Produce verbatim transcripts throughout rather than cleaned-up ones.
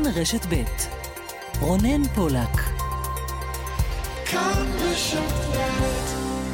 רשת ב' רונן פולק. כאן רשת ב'.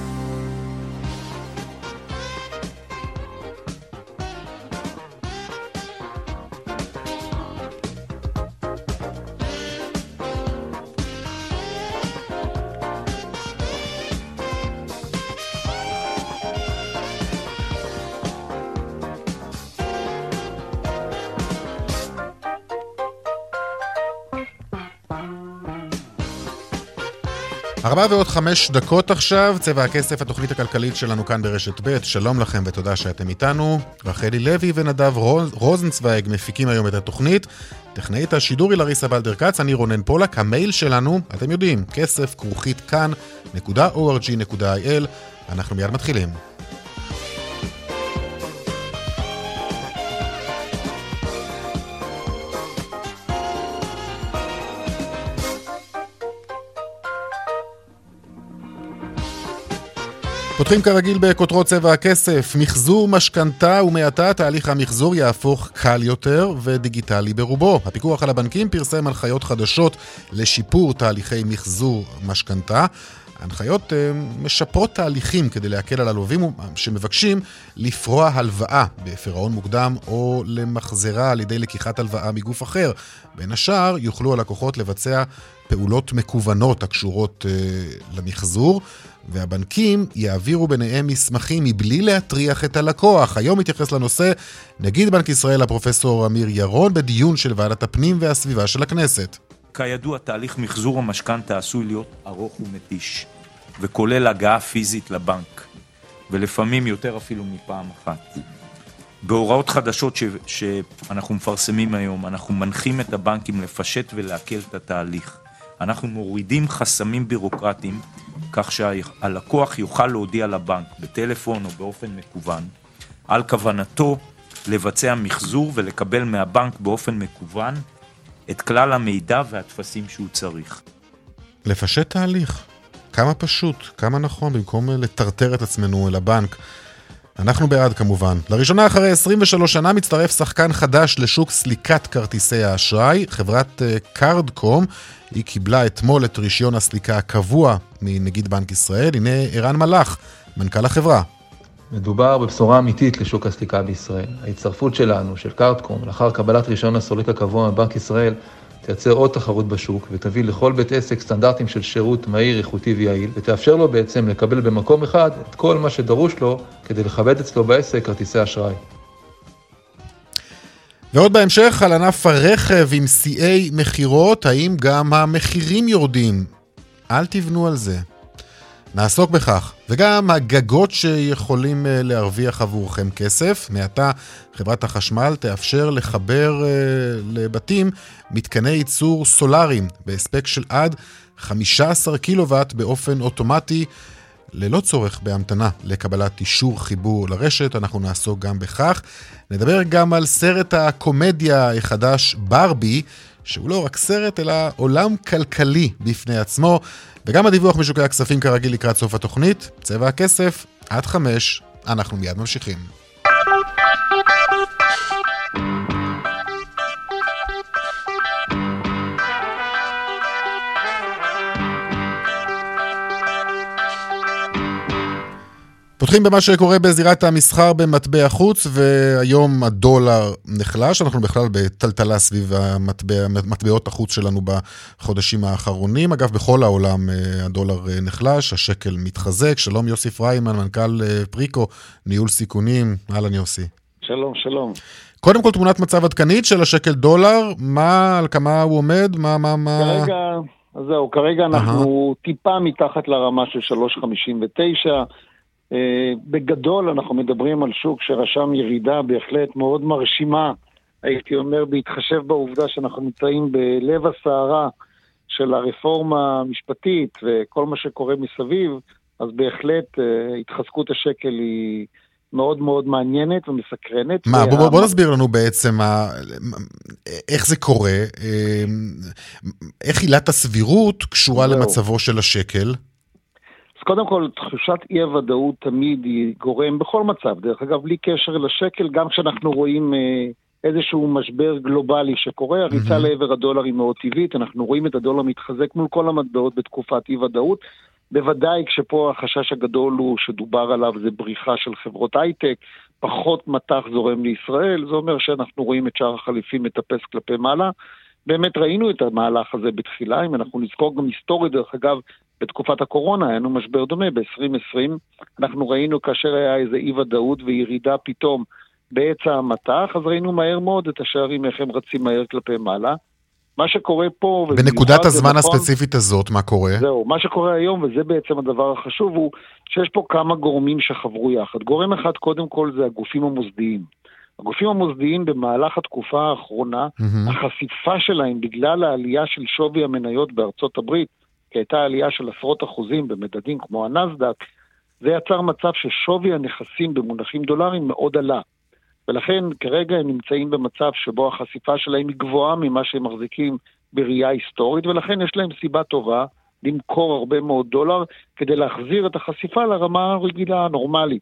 ארבע ועוד חמש דקות עכשיו, צבע הכסף, התוכנית הכלכלית שלנו כאן ברשת ב'. שלום לכם ותודה שאתם איתנו. רחלי לוי ונדב רוזנצוויג מפיקים היום את התוכנית. טכנאית השידור היא לריסה בלדר-קץ, אני רונן פולק. המייל שלנו, אתם יודעים, כסף כרוכית כאן נקודה או אר ג'י נקודה איי אל. אנחנו מיד מתחילים. פותחים כרגיל בכותרות צבע הכסף. מחזור משכנתה ומעתה תהליך המחזור יהפוך קל יותר ודיגיטלי ברובו. הפיקוח על הבנקים פרסם הנחיות חדשות לשיפור תהליכי מחזור משכנתה. ההנחיות משפרות תהליכים כדי להקל על הלווים שמבקשים לפרוע הלוואה בפירעון מוקדם או למחזרה על ידי לקיחת הלוואה מגוף אחר. בין השאר יוכלו הלקוחות לבצע פעולות מקוונות הקשורות למחזור, והבנקים יעבירו ביניהם מסמכים מבלי להטריח את הלקוח. היום מתייחס לנושא נגיד בנק ישראל הפרופסור אמיר ירון בדיון של ועדת הפנים והסביבה של הכנסת. כידוע, תהליך מחזור המשכנתה עשוי להיות ארוך ומתיש, וכולל הגעה פיזית לבנק, ולפעמים יותר אפילו מפעם אחת. בהוראות חדשות ש... שאנחנו מפרסמים היום, אנחנו מנחים את הבנקים לפשט ולהקל את התהליך. אנחנו מורידים חסמים בירוקרטיים, כך שהלקוח יוכל להודיע לבנק בטלפון או באופן מקוון על כוונתו לבצע מחזור ולקבל מהבנק באופן מקוון את כלל המידע והתפסים שהוא צריך. לפשט תהליך. כמה פשוט, כמה נכון, במקום לטרטר את עצמנו אל הבנק. אנחנו בעד כמובן. לראשונה אחרי עשרים ושלוש שנה מצטרף שחקן חדש לשוק סליקת כרטיסי האשראי, חברת קארדקום. היא קיבלה אתמול את רישיון הסליקה הקבוע מנגיד בנק ישראל. הנה ערן מלאך, מנכ"ל החברה. מדובר בבשורה אמיתית לשוק הסליקה בישראל. ההצטרפות שלנו, של קארדקום, לאחר קבלת רישיון הסליקה הקבוע מבנק ישראל, תייצר עוד תחרות בשוק ותביא לכל בית עסק סטנדרטים של שירות מהיר, איכותי ויעיל, ותאפשר לו בעצם לקבל במקום אחד את כל מה שדרוש לו כדי לכבד אצלו בעסק כרטיסי אשראי. ועוד בהמשך על ענף הרכב עם שיאי מחירות, האם גם המחירים יורדים? אל תבנו על זה. נעסוק בכך. וגם הגגות שיכולים להרוויח עבורכם כסף. מעתה חברת החשמל תאפשר לחבר לבתים מתקני ייצור סולאריים בהספק של עד חמישה עשר קילוואט באופן אוטומטי, ללא צורך בהמתנה לקבלת אישור חיבור לרשת. אנחנו נעסוק גם בכך. נדבר גם על סרט הקומדיה החדש ברבי, שהוא לא רק סרט אלא עולם כלכלי בפני עצמו, וגם הדיווח משוקי הכספים כרגיל לקראת סוף התוכנית. צבע הכסף עד חמש, אנחנו מיד ממשיכים. פותחים במה שקורה בזירת המסחר במטבע חוץ, והיום הדולר נחלש. אנחנו בכלל בטלטלה סביב המטבע, מטבעות החוץ שלנו בחודשים האחרונים. אגב, בכל העולם הדולר נחלש, השקל מתחזק. שלום יוסי פריימן, מנכ"ל פריקו, ניהול סיכונים. אהלן יוסי. שלום, שלום. קודם כל תמונת מצב עדכנית של השקל דולר, מה, על כמה הוא עומד? מה, מה, מה... כרגע, אז זהו, כרגע אנחנו uh-huh. טיפה מתחת לרמה של שלוש חמישים ותשע. Uh, בגדול אנחנו מדברים על שוק שרשם ירידה בהחלט מאוד מרשימה, הייתי אומר בהתחשב בעובדה שאנחנו נמצאים בלב הסערה של הרפורמה המשפטית וכל מה שקורה מסביב, אז בהחלט uh, התחזקות השקל היא מאוד מאוד מעניינת ומסקרנת. מה, בוא, בוא, בוא נסביר לנו בעצם מה, איך זה קורה, איך עילת הסבירות קשורה למצבו של השקל? אז קודם כל, תחושת אי הוודאות תמיד היא גורם בכל מצב, דרך אגב, בלי קשר לשקל, גם כשאנחנו רואים אה, איזשהו משבר גלובלי שקורה, הריצה mm-hmm. לעבר הדולר היא מאוד טבעית, אנחנו רואים את הדולר מתחזק מול כל המטבעות בתקופת אי ודאות, בוודאי כשפה החשש הגדול הוא שדובר עליו זה בריחה של חברות הייטק, פחות מתח זורם לישראל, זה אומר שאנחנו רואים את שער החליפין מטפס כלפי מעלה, באמת ראינו את המהלך הזה בתחילה, אם אנחנו נזכור גם היסטורית דרך אגב, בתקופת הקורונה היה לנו משבר דומה ב-עשרים עשרים, אנחנו ראינו כאשר היה איזה אי ודאות וירידה פתאום בעצה המתח, אז ראינו מהר מאוד את השערים איך הם רצים מהר כלפי מעלה. מה שקורה פה... בנקודת הזמן נכון, הספציפית הזאת, מה קורה? זהו, מה שקורה היום, וזה בעצם הדבר החשוב, הוא שיש פה כמה גורמים שחברו יחד. גורם אחד קודם כל זה הגופים המוסדיים. הגופים המוסדיים במהלך התקופה האחרונה, mm-hmm. החשיפה שלהם בגלל העלייה של שווי המניות בארצות הברית, כי הייתה עלייה של עשרות אחוזים במדדים כמו הנסדק, זה יצר מצב ששווי הנכסים במונחים דולרים מאוד עלה. ולכן כרגע הם נמצאים במצב שבו החשיפה שלהם היא גבוהה ממה שהם מחזיקים בראייה היסטורית, ולכן יש להם סיבה טובה למכור הרבה מאוד דולר כדי להחזיר את החשיפה לרמה הרגילה הנורמלית.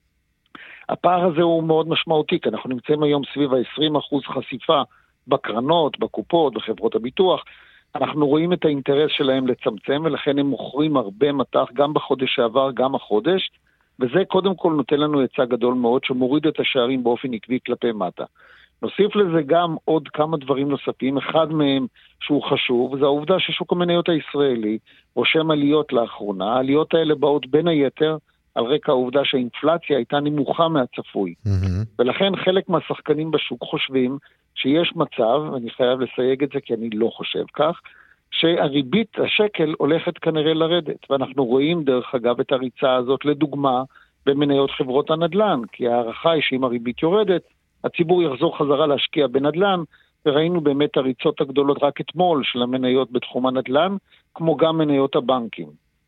הפער הזה הוא מאוד משמעותי, כי אנחנו נמצאים היום סביב ה-עשרים אחוז חשיפה בקרנות, בקופות, בחברות הביטוח. אנחנו רואים את האינטרס שלהם לצמצם, ולכן הם מוכרים הרבה מתח גם בחודש שעבר, גם החודש, וזה קודם כל נותן לנו היצע גדול מאוד, שמוריד את השערים באופן עקבי כלפי מטה. נוסיף לזה גם עוד כמה דברים נוספים, אחד מהם שהוא חשוב, זה העובדה ששוק המניות הישראלי רושם עליות לאחרונה, העליות האלה באות בין היתר על רקע העובדה שהאינפלציה הייתה נמוכה מהצפוי. Mm-hmm. ולכן חלק מהשחקנים בשוק חושבים שיש מצב, ואני חייב לסייג את זה כי אני לא חושב כך, שהריבית השקל הולכת כנראה לרדת, ואנחנו רואים דרך אגב את הריצה הזאת לדוגמה במניות חברות הנדל"ן, כי הערכה היא שאם הריבית יורדת, הציבור יחזור חזרה להשקיע בנדל"ן, וראינו באמת הריצות הגדולות רק אתמול של המניות בתחום הנדל"ן, כמו גם מניות הבנקים.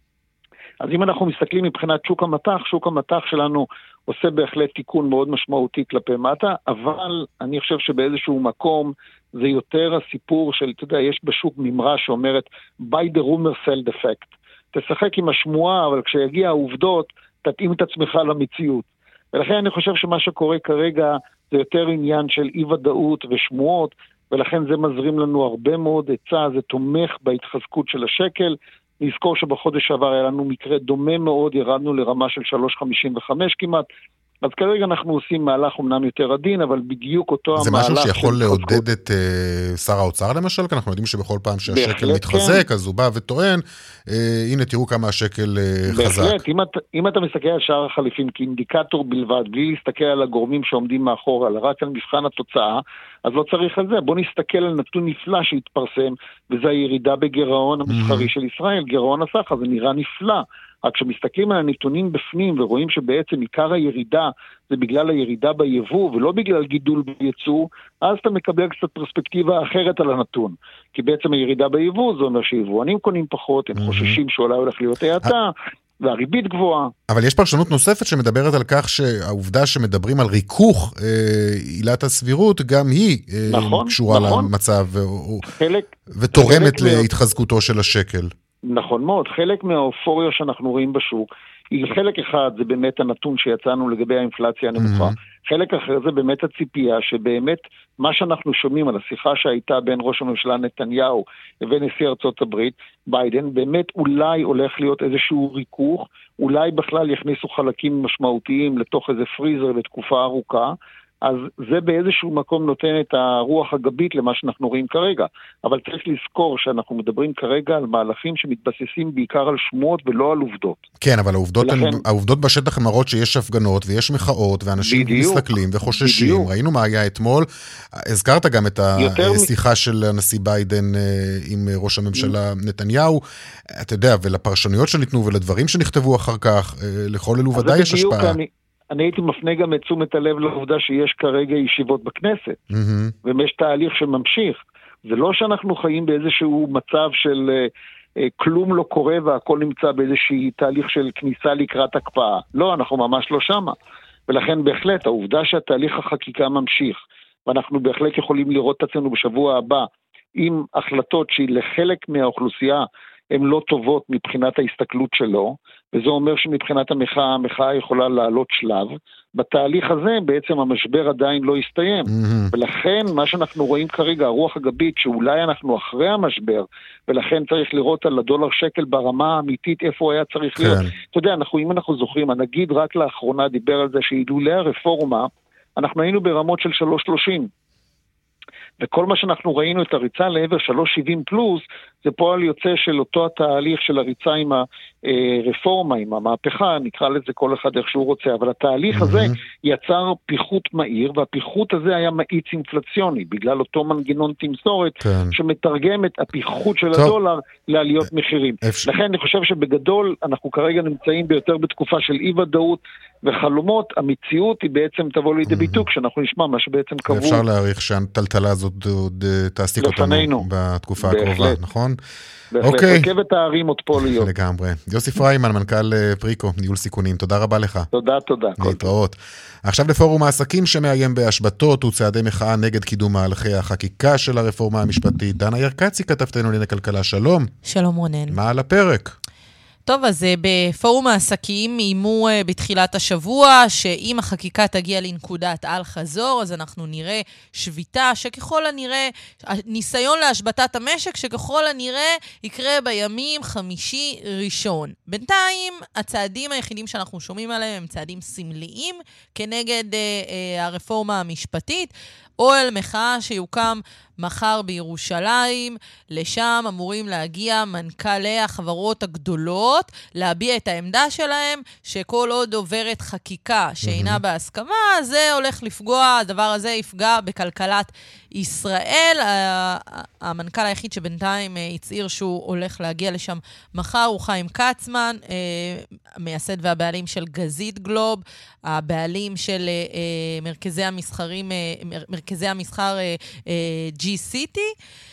אז אם אנחנו מסתכלים מבחינת שוק המתח, שוק המתח שלנו עושה בהחלט תיקון מאוד משמעותי כלפי מטה, אבל אני חושב שבאיזשהו מקום זה יותר הסיפור של, אתה יודע, יש בשוק ממרה שאומרת, buy the rumor sell the fact. תשחק עם השמועה, אבל כשיגיע העובדות, תתאים את עצמך למציאות. ולכן אני חושב שמה שקורה כרגע, זה יותר עניין של אי ודאות ושמועות, ולכן זה מזרים לנו הרבה מאוד היצע, זה תומך בהתחזקות של השקל, נזכור שבחודש שעבר היה לנו מקרה דומה מאוד, ירדנו לרמה של שלוש נקודה חמישים וחמש כמעט, אז כרגע אנחנו עושים מהלך אומנם יותר עדין, אבל בדיוק אותו המהלך... זה משהו שיכול לעודד את uh, שר האוצר למשל, כי אנחנו יודעים שבכל פעם שהשקל מתחזק, כן. אז הוא בא וטוען, uh, הנה תראו כמה השקל uh, חזק. בהחלט, אם, אם אתה מסתכל על שער החליפין כאינדיקטור בלבד, בלי להסתכל על הגורמים שעומדים מאחור, אלא רק על מבחן התוצאה, אז לא צריך על זה. בוא נסתכל על נתון נפלא שהתפרסם, וזה הירידה בגירעון המסחרי mm-hmm. של ישראל, גירעון הסחר, זה נראה נפלא. רק כשמסתכלים על הנתונים בפנים ורואים שבעצם עיקר הירידה זה בגלל הירידה ביבוא ולא בגלל גידול בייצוא, אז אתה מקבל קצת פרספקטיבה אחרת על הנתון. כי בעצם הירידה ביבוא זה אומר שיבואנים קונים פחות, הם חוששים שאולי הולך להיות האטה, והריבית גבוהה. אבל יש פרשנות נוספת שמדברת על כך שהעובדה שמדברים על ריכוך עילת הסבירות, גם היא נכון, קשורה נכון. למצב חלק, ותורמת חלק להתחזקותו של השקל. נכון מאוד, חלק מהאופוריה שאנחנו רואים בשוק, היא חלק אחד זה באמת הנתון שיצאנו לגבי האינפלציה הנמוכה, mm-hmm. חלק אחר זה באמת הציפייה שבאמת מה שאנחנו שומעים על השיחה שהייתה בין ראש הממשלה נתניהו לבין נשיא ארצות הברית, ביידן, באמת אולי הולך להיות איזשהו ריכוך, אולי בכלל יכניסו חלקים משמעותיים לתוך איזה פריזר לתקופה ארוכה, אז זה באיזשהו מקום נותן את הרוח הגבית למה שאנחנו רואים כרגע. אבל צריך לזכור שאנחנו מדברים כרגע על מהלכים שמתבססים בעיקר על שמועות ולא על עובדות. כן, אבל העובדות, ולכן... הן, העובדות בשטח הן מראות שיש הפגנות ויש מחאות ואנשים בדיוק, מסתכלים וחוששים. בדיוק. ראינו מה היה אתמול. הזכרת גם את השיחה מ... של הנשיא ביידן עם ראש הממשלה נתניהו. אתה יודע, ולפרשנויות שניתנו ולדברים שנכתבו אחר כך, לכל אלו ודאי יש השפעה. אני... אני הייתי מפנה גם את תשומת הלב לעובדה שיש כרגע ישיבות בכנסת, mm-hmm. ויש תהליך שממשיך. זה לא שאנחנו חיים באיזשהו מצב של אה, כלום לא קורה והכל נמצא באיזשהו תהליך של כניסה לקראת הקפאה. לא, אנחנו ממש לא שמה. ולכן בהחלט העובדה שהתהליך החקיקה ממשיך, ואנחנו בהחלט יכולים לראות את עצמנו בשבוע הבא, עם החלטות שהיא לחלק מהאוכלוסייה הן לא טובות מבחינת ההסתכלות שלו, וזה אומר שמבחינת המחאה, המחאה יכולה לעלות שלב. בתהליך הזה בעצם המשבר עדיין לא הסתיים, mm-hmm. ולכן מה שאנחנו רואים כרגע, הרוח הגבית, שאולי אנחנו אחרי המשבר, ולכן צריך לראות על הדולר שקל ברמה האמיתית, איפה הוא היה צריך להיות. כן. אתה יודע, אנחנו, אם אנחנו זוכרים, הנגיד רק לאחרונה דיבר על זה, שאילולי הרפורמה, אנחנו היינו ברמות של שלוש שלושים. וכל מה שאנחנו ראינו את הריצה לעבר שלוש שבעים פלוס, זה פועל יוצא של אותו התהליך של הריצה עם הרפורמה, עם המהפכה, נקרא לזה כל אחד איך שהוא רוצה, אבל התהליך mm-hmm. הזה יצר פיחות מהיר, והפיחות הזה היה מאיץ אינפלציוני, בגלל אותו מנגנון תמסורת, כן. שמתרגם את הפיחות של טוב. הדולר לעליות מחירים. אפשר... לכן אני חושב שבגדול אנחנו כרגע נמצאים ביותר בתקופה של אי ודאות וחלומות, המציאות היא בעצם תבוא לידי ביטוי, כשאנחנו נשמע מה שבעצם קבעו. אפשר להעריך שהטלטלה הזאת עוד תעסיק אותנו בתקופה הקרובה, נכון? בהחלט, רכבת הערים עוד פה להיות. לגמרי. יוסי פריימן, מנכ"ל פריקו, ניהול סיכונים, תודה רבה לך. תודה, תודה. להתראות. עכשיו לפורום העסקים שמאיים בהשבתות וצעדי מחאה נגד קידום מהלכי החקיקה של הרפורמה המשפטית. דנה ירקצי, כתבתנו לענייני כלכלה, שלום. שלום רונן. מה על הפרק? טוב, אז בפורום העסקים איימו בתחילת השבוע שאם החקיקה תגיע לנקודת על חזור, אז אנחנו נראה שביתה שככל הנראה, ניסיון להשבתת המשק שככל הנראה יקרה בימים חמישי ראשון. בינתיים, הצעדים היחידים שאנחנו שומעים עליהם הם צעדים סמליים כנגד אה, אה, הרפורמה המשפטית, אוהל מחאה שיוקם מחר בירושלים, לשם אמורים להגיע מנכ"לי החברות הגדולות, להביע את העמדה שלהם, שכל עוד עוברת חקיקה שאינה בהסכמה, זה הולך לפגוע, הדבר הזה יפגע בכלכלת ישראל. המנכ"ל היחיד שבינתיים הצעיר שהוא הולך להגיע לשם מחר, הוא חיים קצמן, מייסד והבעלים של גזית גלוב, הבעלים של מרכזי המסחרים, מרכזי המסחר ג'י סיטי,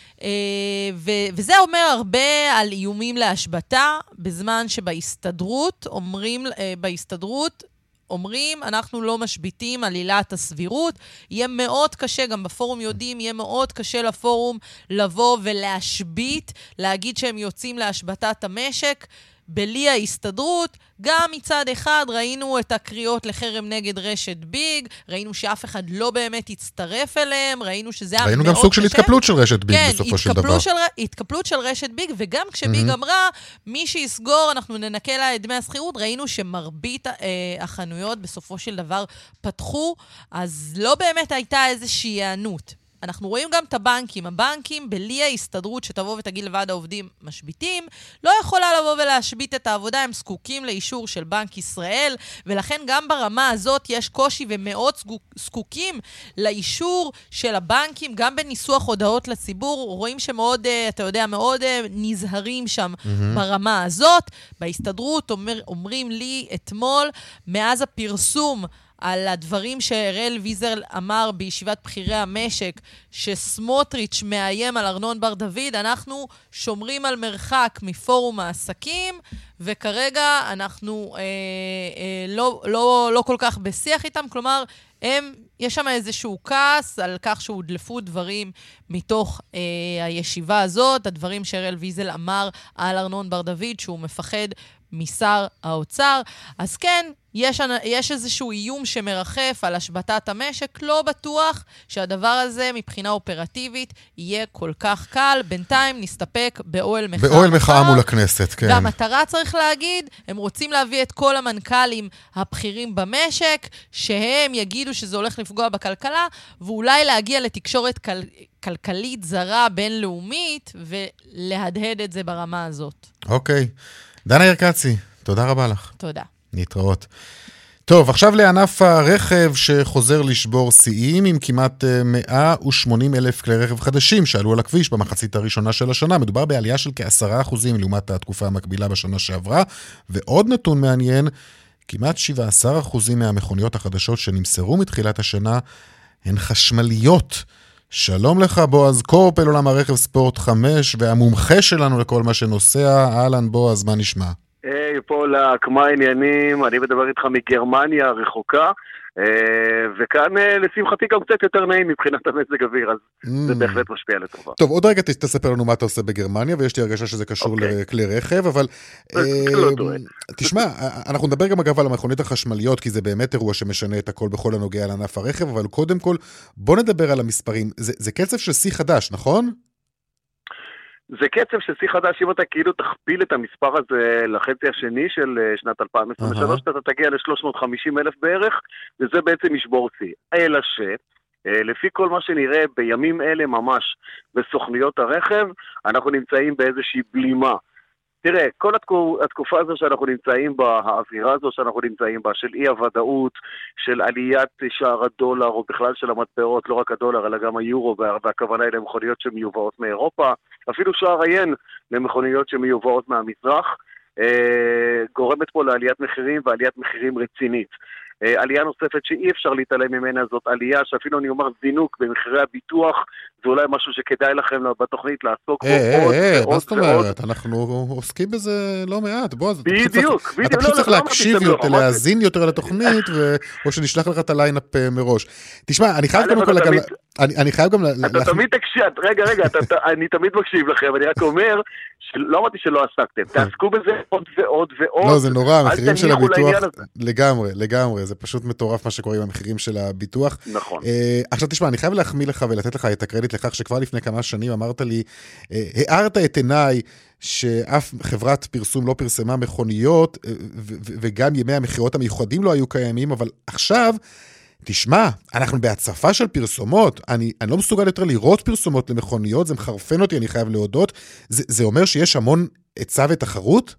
וזה אומר הרבה על איומים להשבתה, בזמן שבהסתדרות אומרים, בהסתדרות אומרים, אנחנו לא משביתים על עילת הסבירות. יהיה מאוד קשה, גם בפורום יודעים, יהיה מאוד קשה לפורום לבוא ולהשבית, להגיד שהם יוצאים להשבתת המשק, בלי ההסתדרות. גם מצד אחד ראינו את הקריאות לחרם נגד רשת ביג, ראינו שאף אחד לא באמת הצטרף אליהם, ראינו שזה היה מאוד קשה. ראינו גם סוג של התקפלות של רשת ביג כן, בסופו של דבר. כן, התקפלות של רשת ביג, וגם כשביג mm-hmm. אמרה, מי שיסגור, אנחנו ננקה לה את דמי השכירות, ראינו שמרבית אה, החנויות בסופו של דבר פתחו, אז לא באמת הייתה איזושהי הענות. אנחנו רואים גם את הבנקים. הבנקים, בלי ההסתדרות שתבוא ותגיד לוועד העובדים משביתים, לא יכולה לבוא ולהשבית את העבודה, הם זקוקים לאישור של בנק ישראל, ולכן גם ברמה הזאת יש קושי ומאוד זקוקים לאישור של הבנקים, גם בניסוח הודעות לציבור, רואים שמאוד, אתה יודע, מאוד נזהרים שם mm-hmm. ברמה הזאת. בהסתדרות אומר, אומרים לי אתמול, מאז הפרסום, על הדברים שהראל ויזר אמר בישיבת בחירי המשק, שסמוטריץ' מאיים על ארנון בר דוד, אנחנו שומרים על מרחק מפורום העסקים, וכרגע אנחנו אה, אה, לא, לא, לא כל כך בשיח איתם, כלומר, הם, יש שם איזשהו כעס על כך שהודלפו דברים מתוך אה, הישיבה הזאת, הדברים שהראל ויזר אמר על ארנון בר דוד, שהוא מפחד משר האוצר. אז כן, יש, יש איזשהו איום שמרחף על השבתת המשק, לא בטוח שהדבר הזה מבחינה אופרטיבית יהיה כל כך קל. בינתיים נסתפק באוהל מחאה. באוהל מחאה מול הכנסת, כן. והמטרה צריך להגיד, הם רוצים להביא את כל המנכ"לים הבכירים במשק, שהם יגידו שזה הולך לפגוע בכלכלה, ואולי להגיע לתקשורת כל... כלכלית זרה בינלאומית, ולהדהד את זה ברמה הזאת. אוקיי. דנה ירקצי, תודה רבה לך. תודה. נתראות. טוב, עכשיו לענף הרכב שחוזר לשבור שיאים עם כמעט מאה ושמונים אלף כלי רכב חדשים שעלו על הכביש במחצית הראשונה של השנה. מדובר בעלייה של כעשרה אחוזים לעומת התקופה המקבילה בשנה שעברה, ועוד נתון מעניין, כמעט שבעה עשר אחוזים מהמכוניות החדשות שנמסרו מתחילת השנה הן חשמליות. שלום לך בועז קורפל, עולם הרכב ספורט חמש, והמומחה שלנו לכל מה שנוסע. אהלן בועז, מה נשמע? היי, פולק, מה העניינים? אני מדבר איתך מגרמניה הרחוקה. וכאן לשמחתי גם קצת יותר נעים מבחינת המזג אוויר, אז זה בהחלט משפיע לטובה. טוב, עוד רגע תספר לנו מה אתה עושה בגרמניה, ויש לי הרגשה שזה קשור לכלי רכב, אבל תשמע, אנחנו נדבר גם אגב על המכוניות החשמליות, כי זה באמת אירוע שמשנה את הכל בכל הנוגע לענף הרכב, אבל קודם כל, בוא נדבר על המספרים. זה קצב של שיא חדש, נכון? זה קצב של שיא חדש, אם אתה כאילו תכפיל את המספר הזה לחצי השני של שנת אלפיים עשרים ושלוש, אתה תגיע ל-שלוש מאות וחמישים אלף בערך, וזה בעצם ישבור שיא. אלא ש, לפי כל מה שנראה בימים אלה ממש בסוכניות הרכב, אנחנו נמצאים באיזושהי בלימה. תראה, כל התקופה הזו שאנחנו נמצאים בה, האווירה הזו שאנחנו נמצאים בה, של אי הוודאות, של עליית שער הדולר, או בכלל של המטבעות, לא רק הדולר, אלא גם היורו, והכוונה היא למכוניות שמיובאות מאירופה, אפילו שער היין למכוניות שמיובאות מהמזרח, גורמת פה לעליית מחירים, ועליית מחירים רצינית. עלייה נוספת שאי אפשר להתעלם ממנה, זאת עלייה שאפילו אני אומר זינוק במחירי הביטוח, זה אולי משהו שכדאי לכם בתוכנית לעסוק בו עוד ועוד. מה זאת אומרת? אנחנו עוסקים בזה לא מעט. בדיוק, בדיוק. אתה פשוט צריך להקשיב יותר, להאזין יותר לתוכנית, או שנשלח לך את הליינאפ מראש. תשמע, אני חייב גם... אני חייב גם... אתה תמיד תקשיב, רגע, רגע, אני תמיד מקשיב לכם, אני רק אומר, לא אמרתי שלא עסקתם, תעסקו בזה עוד ועוד ועוד. לא, זה נורא, המחירים של הביטוח, לגמרי, לגמרי, זה פשוט מטורף מה שקורה עם המחירים של הביטוח. נכון. עכשיו תשמע, אני חייב להחמיא לך ולתת לך את הקרדיט לכך שכבר לפני כמה שנים אמרת לי, הערת את עיניי שאף חברת פרסום לא פרסמה מכוניות, וגם ימי המחירות המיוחדים לא היו קיימים, אבל עכשיו... תשמע, אנחנו בהצפה של פרסומות, אני, אני לא מסוגל יותר לראות פרסומות למכוניות, זה מחרפן אותי, אני חייב להודות, זה, זה אומר שיש המון היצע ותחרות?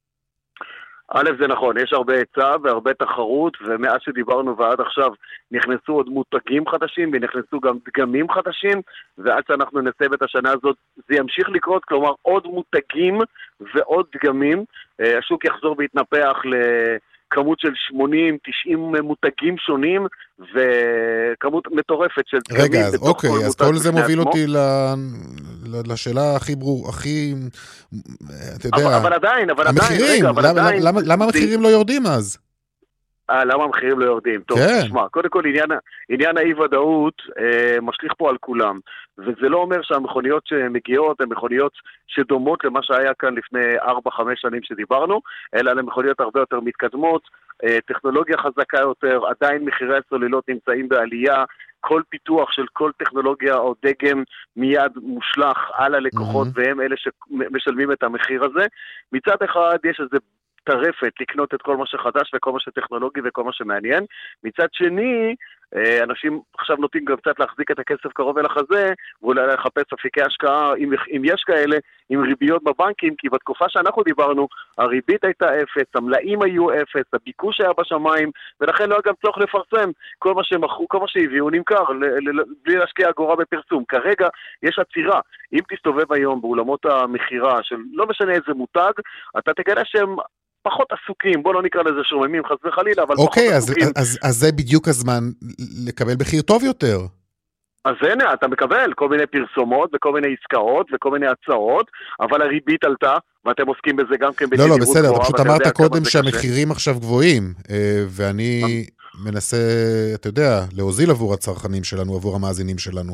א', זה נכון, יש הרבה היצע והרבה תחרות, ומאז שדיברנו ועד עכשיו נכנסו עוד מותגים חדשים, ונכנסו גם דגמים חדשים, ועד שאנחנו נסיים את השנה הזאת, זה ימשיך לקרות, כלומר עוד מותגים ועוד דגמים, השוק יחזור והתנפח ל... כמות של שמונים תשעים מותגים שונים, וכמות מטורפת של דגמים. רגע, אז אוקיי, אז כל זה מוביל אותי לשאלה הכי ברור, הכי, אתה יודע, אבל עדיין, אבל עדיין, המחירים, למה המחירים לא יורדים אז? אה, למה המחירים לא יורדים? טוב, תשמע, קודם כל עניין, עניין האי-ודאות אה, משליך פה על כולם, וזה לא אומר שהמכוניות שמגיעות הן מכוניות שדומות למה שהיה כאן לפני ארבע חמש שנים שדיברנו, אלא למכוניות הרבה יותר מתקדמות, אה, טכנולוגיה חזקה יותר, עדיין מחירי הסוללות נמצאים בעלייה, כל פיתוח של כל טכנולוגיה או דגם מיד מושלח על הלקוחות, mm-hmm. והם אלה שמשלמים את המחיר הזה. מצד אחד יש איזה טרפת לקנות את כל מה שחדש וכל מה שטכנולוגי וכל מה שמעניין. מצד שני, אנשים עכשיו נוטים גם קצת להחזיק את הכסף קרוב אל החזה, ואולי לחפש אפיקי השקעה, אם, אם יש כאלה, עם ריביות בבנקים, כי בתקופה שאנחנו דיברנו, הריבית הייתה אפס, המלאים היו אפס, הביקוש היה בשמיים, ולכן לא היה גם צורך לפרסם. כל מה שמחו, כל מה שהביאו נמכר, ל- ל- בלי להשקיע אגורה בפרסום. כרגע יש עצירה. אם תסתובב היום באולמות המחירה של לא משנה איזה מותג, אתה תגלה שהם פחות עסוקים, בוא לא נקרא לזה שוממים חס וחלילה, אבל אוקיי, פחות אז, עסוקים. אז, אז, אז זה בדיוק הזמן לקבל מחיר טוב יותר. אז הנה, אתה מקבל כל מיני פרסומות וכל מיני עסקאות וכל מיני הצעות, אבל הריבית עלתה, ואתם עוסקים בזה גם כן בתדירות גבוהה. לא, לא, בסדר, אתה פשוט אמרת קודם שהמחירים עכשיו גבוהים, ואני מנסה, אתה יודע, להוזיל עבור הצרכנים שלנו, עבור המאזינים שלנו.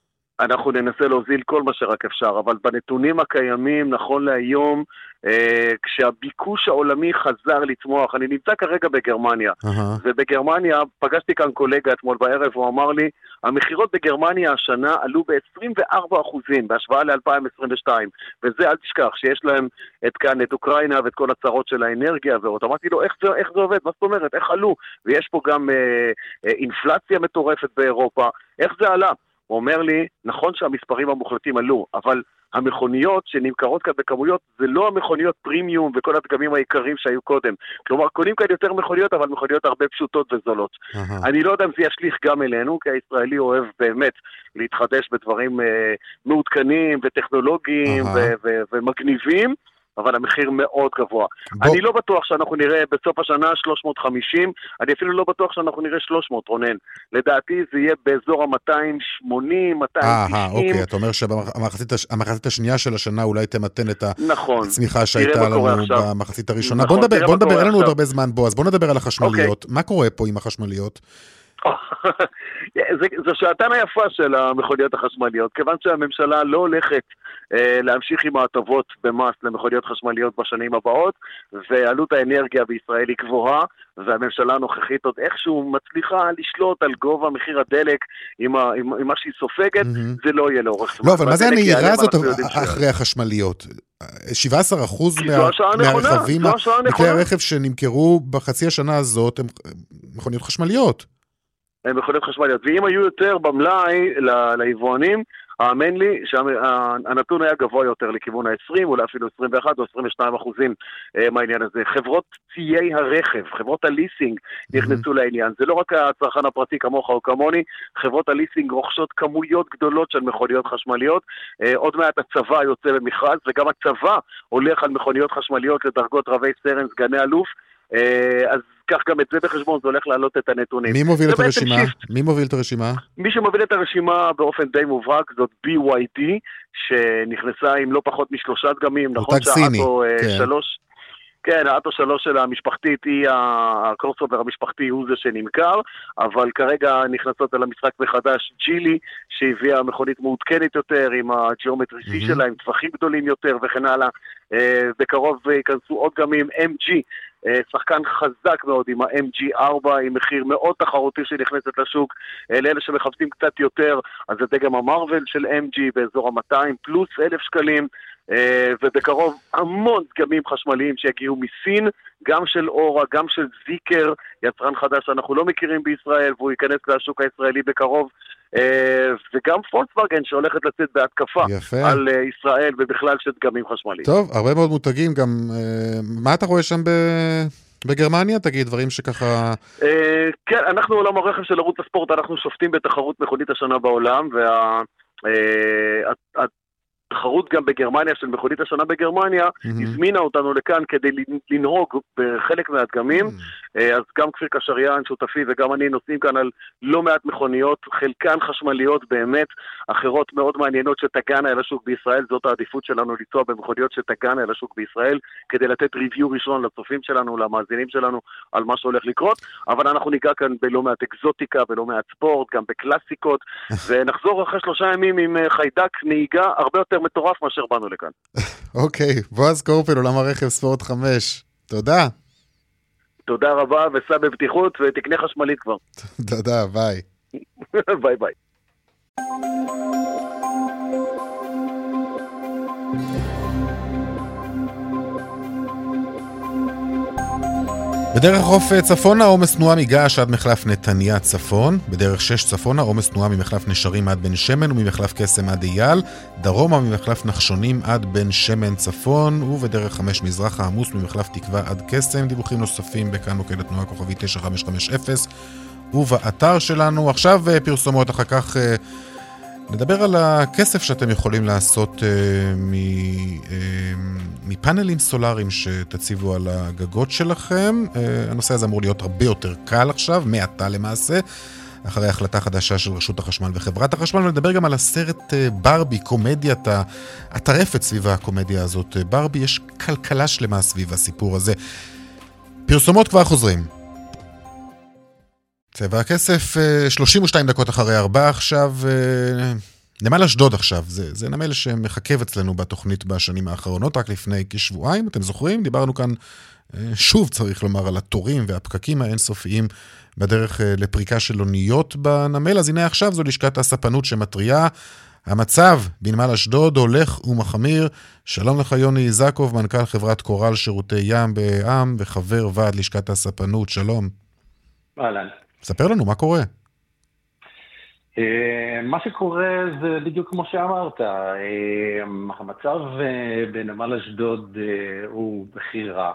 אנחנו ננסה להוזיל כל מה שרק אפשר, אבל בנתונים הקיימים, נכון להיום, אה, כשהביקוש העולמי חזר לצמוח, אני נמצא כרגע בגרמניה, uh-huh. ובגרמניה, פגשתי כאן קולגה אתמול בערב, הוא אמר לי, המחירות בגרמניה השנה עלו ב-עשרים וארבעה אחוזים, בהשוואה ל-אלפיים עשרים ושתיים, וזה אל תשכח, שיש להם את כאן, את אוקראינה, ואת כל הצרות של האנרגיה, ועוד אמרתי לו, איך זה, איך זה עובד? מה זאת אומרת? איך עלו? ויש פה גם אה, אה, אינפלציה מטורפת באירופה, איך זה עלה? הוא אומר לי, נכון שהמספרים המוחלטים עלו, אבל המכוניות שנמכרות כאן בכמויות, זה לא המכוניות פרימיום וכל הדגמים העיקריים שהיו קודם. כלומר, קונים כאן יותר מכוניות, אבל מכוניות הרבה פשוטות וזולות. Uh-huh. אני לא יודע אם זה ישליך גם אלינו, כי הישראלי אוהב באמת להתחדש בדברים uh, מעודכנים וטכנולוגיים uh-huh. ו- ו- ומגניבים, אבל המחיר מאוד גבוה. בוא. אני לא בטוח שאנחנו נראה בסוף השנה שלוש מאות וחמישים, אני אפילו לא בטוח שאנחנו נראה שלוש מאות, רונן. לדעתי זה יהיה באזור ה-מאתיים שמונים, מאתיים תשעים. אה, אוקיי, אתה אומר שהמחצית השנייה של השנה אולי תמתן את נכון. הצמיחה שהייתה לנו במחצית הראשונה. נכון, בוא נדבר, בוא נדבר, אין לנו עוד הרבה זמן בו, אז בוא נדבר על החשמליות. אוקיי. מה קורה פה עם החשמליות? זו שעתן היפה של המכוניות החשמליות, כיוון שהממשלה לא הולכת אה, להמשיך עם ההטבות במס למכוניות חשמליות בשנים הבאות, ועלות האנרגיה בישראל היא גבוהה, והממשלה הנוכחית עוד איכשהו מצליחה לשלוט על גובה מחיר הדלק עם, ה, עם, עם מה שהיא סופגת, mm-hmm. זה לא יהיה לאורך זמן. לא, אבל מה זה הנהירה הזאת אחרי החשמליות? שבעה עשר אחוז מהרכבים, מכלי הרכב שנמכרו בחצי השנה הזאת, הם מכוניות חשמליות. הם מכוניות חשמליות, ואם היו יותר במלאי ליבואנים, האמן לי שהנתון היה גבוה יותר לכיוון ה-עשרים, אולי אפילו עשרים ואחת או עשרים ושתיים אחוזים מהעניין הזה. חברות ציי הרכב, חברות הליסינג נכנסו לעניין. זה לא רק הצרכן הפרטי כמוך או כמוני, חברות הליסינג רוכשות כמויות גדולות של מכוניות חשמליות. עוד מעט הצבא יוצא במכרז, וגם הצבא הולך על מכוניות חשמליות לדרגות רבי סרן, סגני אלוף. אז כך גם את זה בחשבון, זה הולך להעלות את הנתונים. מי מוביל את הרשימה? מי מוביל את הרשימה? מי שמוביל את הרשימה באופן די מובהק, זאת בי וואי די, שנכנסה עם לא פחות משלושה דגמים, נכון שהאטו שלוש, כן, האטו שלוש של המשפחתית, היא הקרוסובר המשפחתי, הוא זה שנמכר, אבל כרגע נכנסות על המשחק מחדש ג'ילי, שהביאה מכונית מעודכנת יותר, עם הג'יאומטרי סי שלה, עם טווחים גדולים יותר וכן הלאה, בקרוב ייכנסו עוד דגמים, אם ג'י, שחקן חזק מאוד עם ה-אם ג'י ארבע, עם מחיר מאוד תחרותי שנכנסת לשוק, לאלה שמחפשים קצת יותר, אז זה דגם המרוול של אם ג'י באזור ה-מאתיים פלוס אלף שקלים, ובקרוב המון דגמים חשמליים שיגיעו מסין, גם של אורה, גם של זיקר, יצרן חדש שאנחנו לא מכירים בישראל, והוא ייכנס לשוק הישראלי בקרוב, וגם פולקסווגן שהולכת לצאת בהתקפה יפה. על ישראל ובכלל של דגמים חשמליים. טוב, הרבה מאוד מותגים גם, מה אתה רואה שם ב... בגרמניה? תגיד דברים שככה... כן, אנחנו עולם הרכב של ערוץ הספורט, אנחנו שופטים בתחרות מכונית השנה בעולם, וה... תחרות גם בגרמניה של מכונית השנה בגרמניה, mm-hmm. הזמינה אותנו לכאן כדי לנהוג בחלק מהדגמים, mm-hmm. אז גם כפיר קשריין, שותפי, וגם אני נוסעים כאן על לא מעט מכוניות, חלקן חשמליות באמת, אחרות מאוד מעניינות שתגענה אל השוק בישראל, זאת העדיפות שלנו ליצוע במכוניות שתגענה אל השוק בישראל, כדי לתת ריוויו ראשון לצופים שלנו, למאזינים שלנו, על מה שהולך לקרות, אבל אנחנו ניגע כאן בלא מעט אקזוטיקה, בלא מעט ספורט, גם בקלאסיקות, ונחזור אחרי שלושה ימים עם חיידק נהיגה הרבה יותר מטורף מאשר באנו לכאן. אוקיי, בועז קורפל, עולם הרכב ספורט חמש. תודה. תודה רבה, וסע בבטיחות, ותקנה חשמלית כבר. תודה, ביי. ביי ביי. בדרך חוף צפונה, עומס תנועה מגעש עד מחלף נתניה צפון. בדרך שש צפונה, עומס תנועה ממחלף נשרים עד בן שמן וממחלף קסם עד אייל. דרומה ממחלף נחשונים עד בן שמן צפון. ובדרך חמש מזרחה עמוס ממחלף תקווה עד קסם. דיווחים נוספים בכאן מוקד התנועה כוכבי תשע חמש חמש אפס. ובאתר שלנו. עכשיו פרסומות, אחר כך... נדבר על הכסף שאתם יכולים לעשות uh, מ, uh, מפאנלים סולאריים שתציבו על הגגות שלכם. Uh, הנושא הזה אמור להיות הרבה יותר קל עכשיו, מעתה למעשה, אחרי החלטה חדשה של רשות החשמל וחברת החשמל, ונדבר גם על הסרט uh, ברבי, קומדיית הטרפת סביב הקומדיה הזאת. Uh, ברבי, יש כלכלה שלמה סביב הסיפור הזה. פרסומות כבר חוזרים. צבע הכסף, שלושים ושתיים דקות אחרי ארבע עכשיו, נמל אשדוד עכשיו, זה, זה נמל שמחכב אצלנו בתוכנית בשנים האחרונות, רק לפני כשבועיים, אתם זוכרים? דיברנו כאן, שוב צריך לומר, על התורים והפקקים האינסופיים בדרך לפריקה של אוניות בנמל, אז הנה עכשיו זו לשכת הספנות שמטריה, המצב בנמל אשדוד הולך ומחמיר. שלום לך יוני זקוב, מנכ"ל חברת קורל שירותי ים בע"מ וחבר ועד לשכת הספנות, שלום. אהלן. ספר לנו, מה קורה? מה שקורה זה בדיוק כמו שאמרת. המצב בנמל אשדוד הוא בכי רע.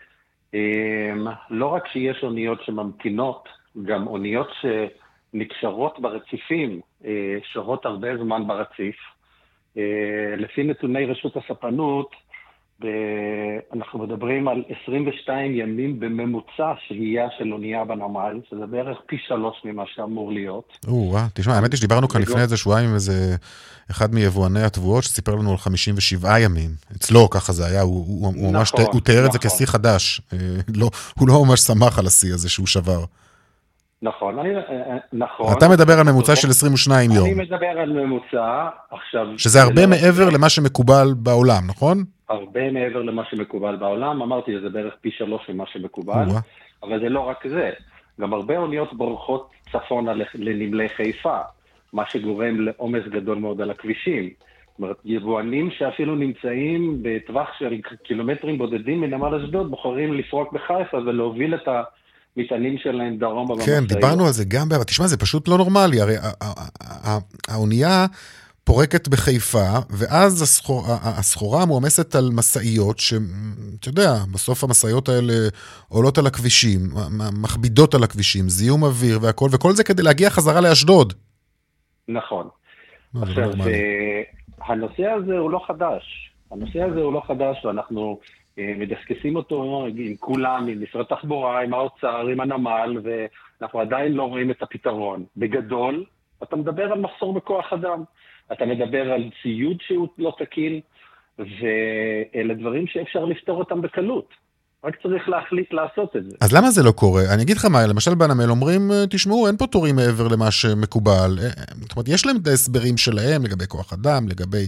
לא רק שיש אוניות שממתינות, גם אוניות שנקשרות ברציפים, שוהות הרבה זמן ברציף. לפי נתוני רשות הספנות, אנחנו מדברים על עשרים ושתיים ימים בממוצע שהייה של אונייה בנמל, שזה בערך פי שלוש ממה שאמור להיות. או, תשמע, האמת היא שדיברנו כאן לפני איזה שבועיים עם איזה אחד מיבואני התבואות שסיפר לנו על חמישים ושבעה ימים. אצלו ככה זה היה, הוא ממש, הוא תיאר את זה כשיא חדש. הוא לא ממש שמח על השיא הזה שהוא שבר. נכון, אני, נכון. אתה מדבר על ממוצע של עשרים ושניים יום. אני מדבר על ממוצע, עכשיו... שזה הרבה מעבר למה שמקובל בעולם, נכון? הרבה מעבר למה שמקובל בעולם, אמרתי, זה בערך פי שלוש ממה שמקובל, אבל זה לא רק זה. גם הרבה אוניות בורחות צפונה לנמלי חיפה, מה שגורם לעומס גדול מאוד על הכבישים. זאת אומרת, יבואנים שאפילו נמצאים בטווח של קילומטרים בודדים מנמל אשדוד, בוחרים לפרוק בחיפה ולהוביל את ה... מטענים שלהם דרום במסעיות. כן, דיברנו על זה גם, תשמע, זה פשוט לא נורמלי, הרי האונייה פורקת בחיפה, ואז הסחורה מועמסת על מסעיות, שאתה יודע, בסוף המסעיות האלה עולות על הכבישים, מכבידות על הכבישים, זיהום אוויר והכל, וכל זה כדי להגיע חזרה לאשדוד. נכון. עכשיו, הנושא הזה הוא לא חדש. הנושא הזה הוא לא חדש, ואנחנו... מדסקסים אותו עם כולם, עם משרד תחבורה, עם האוצר, עם הנמל, ואנחנו עדיין לא רואים את הפתרון. בגדול, אתה מדבר על מחסור בכוח אדם, אתה מדבר על ציוד שהוא לא תקין, ואלה דברים שאפשר לפתור אותם בקלות. רק צריך להחליט לעשות את זה. אז למה זה לא קורה? אני אגיד לך מה, למשל בנמל אומרים, תשמעו, אין פה תורים מעבר למה שמקובל. זאת אומרת, יש להם את ההסברים שלהם לגבי כוח אדם, לגבי...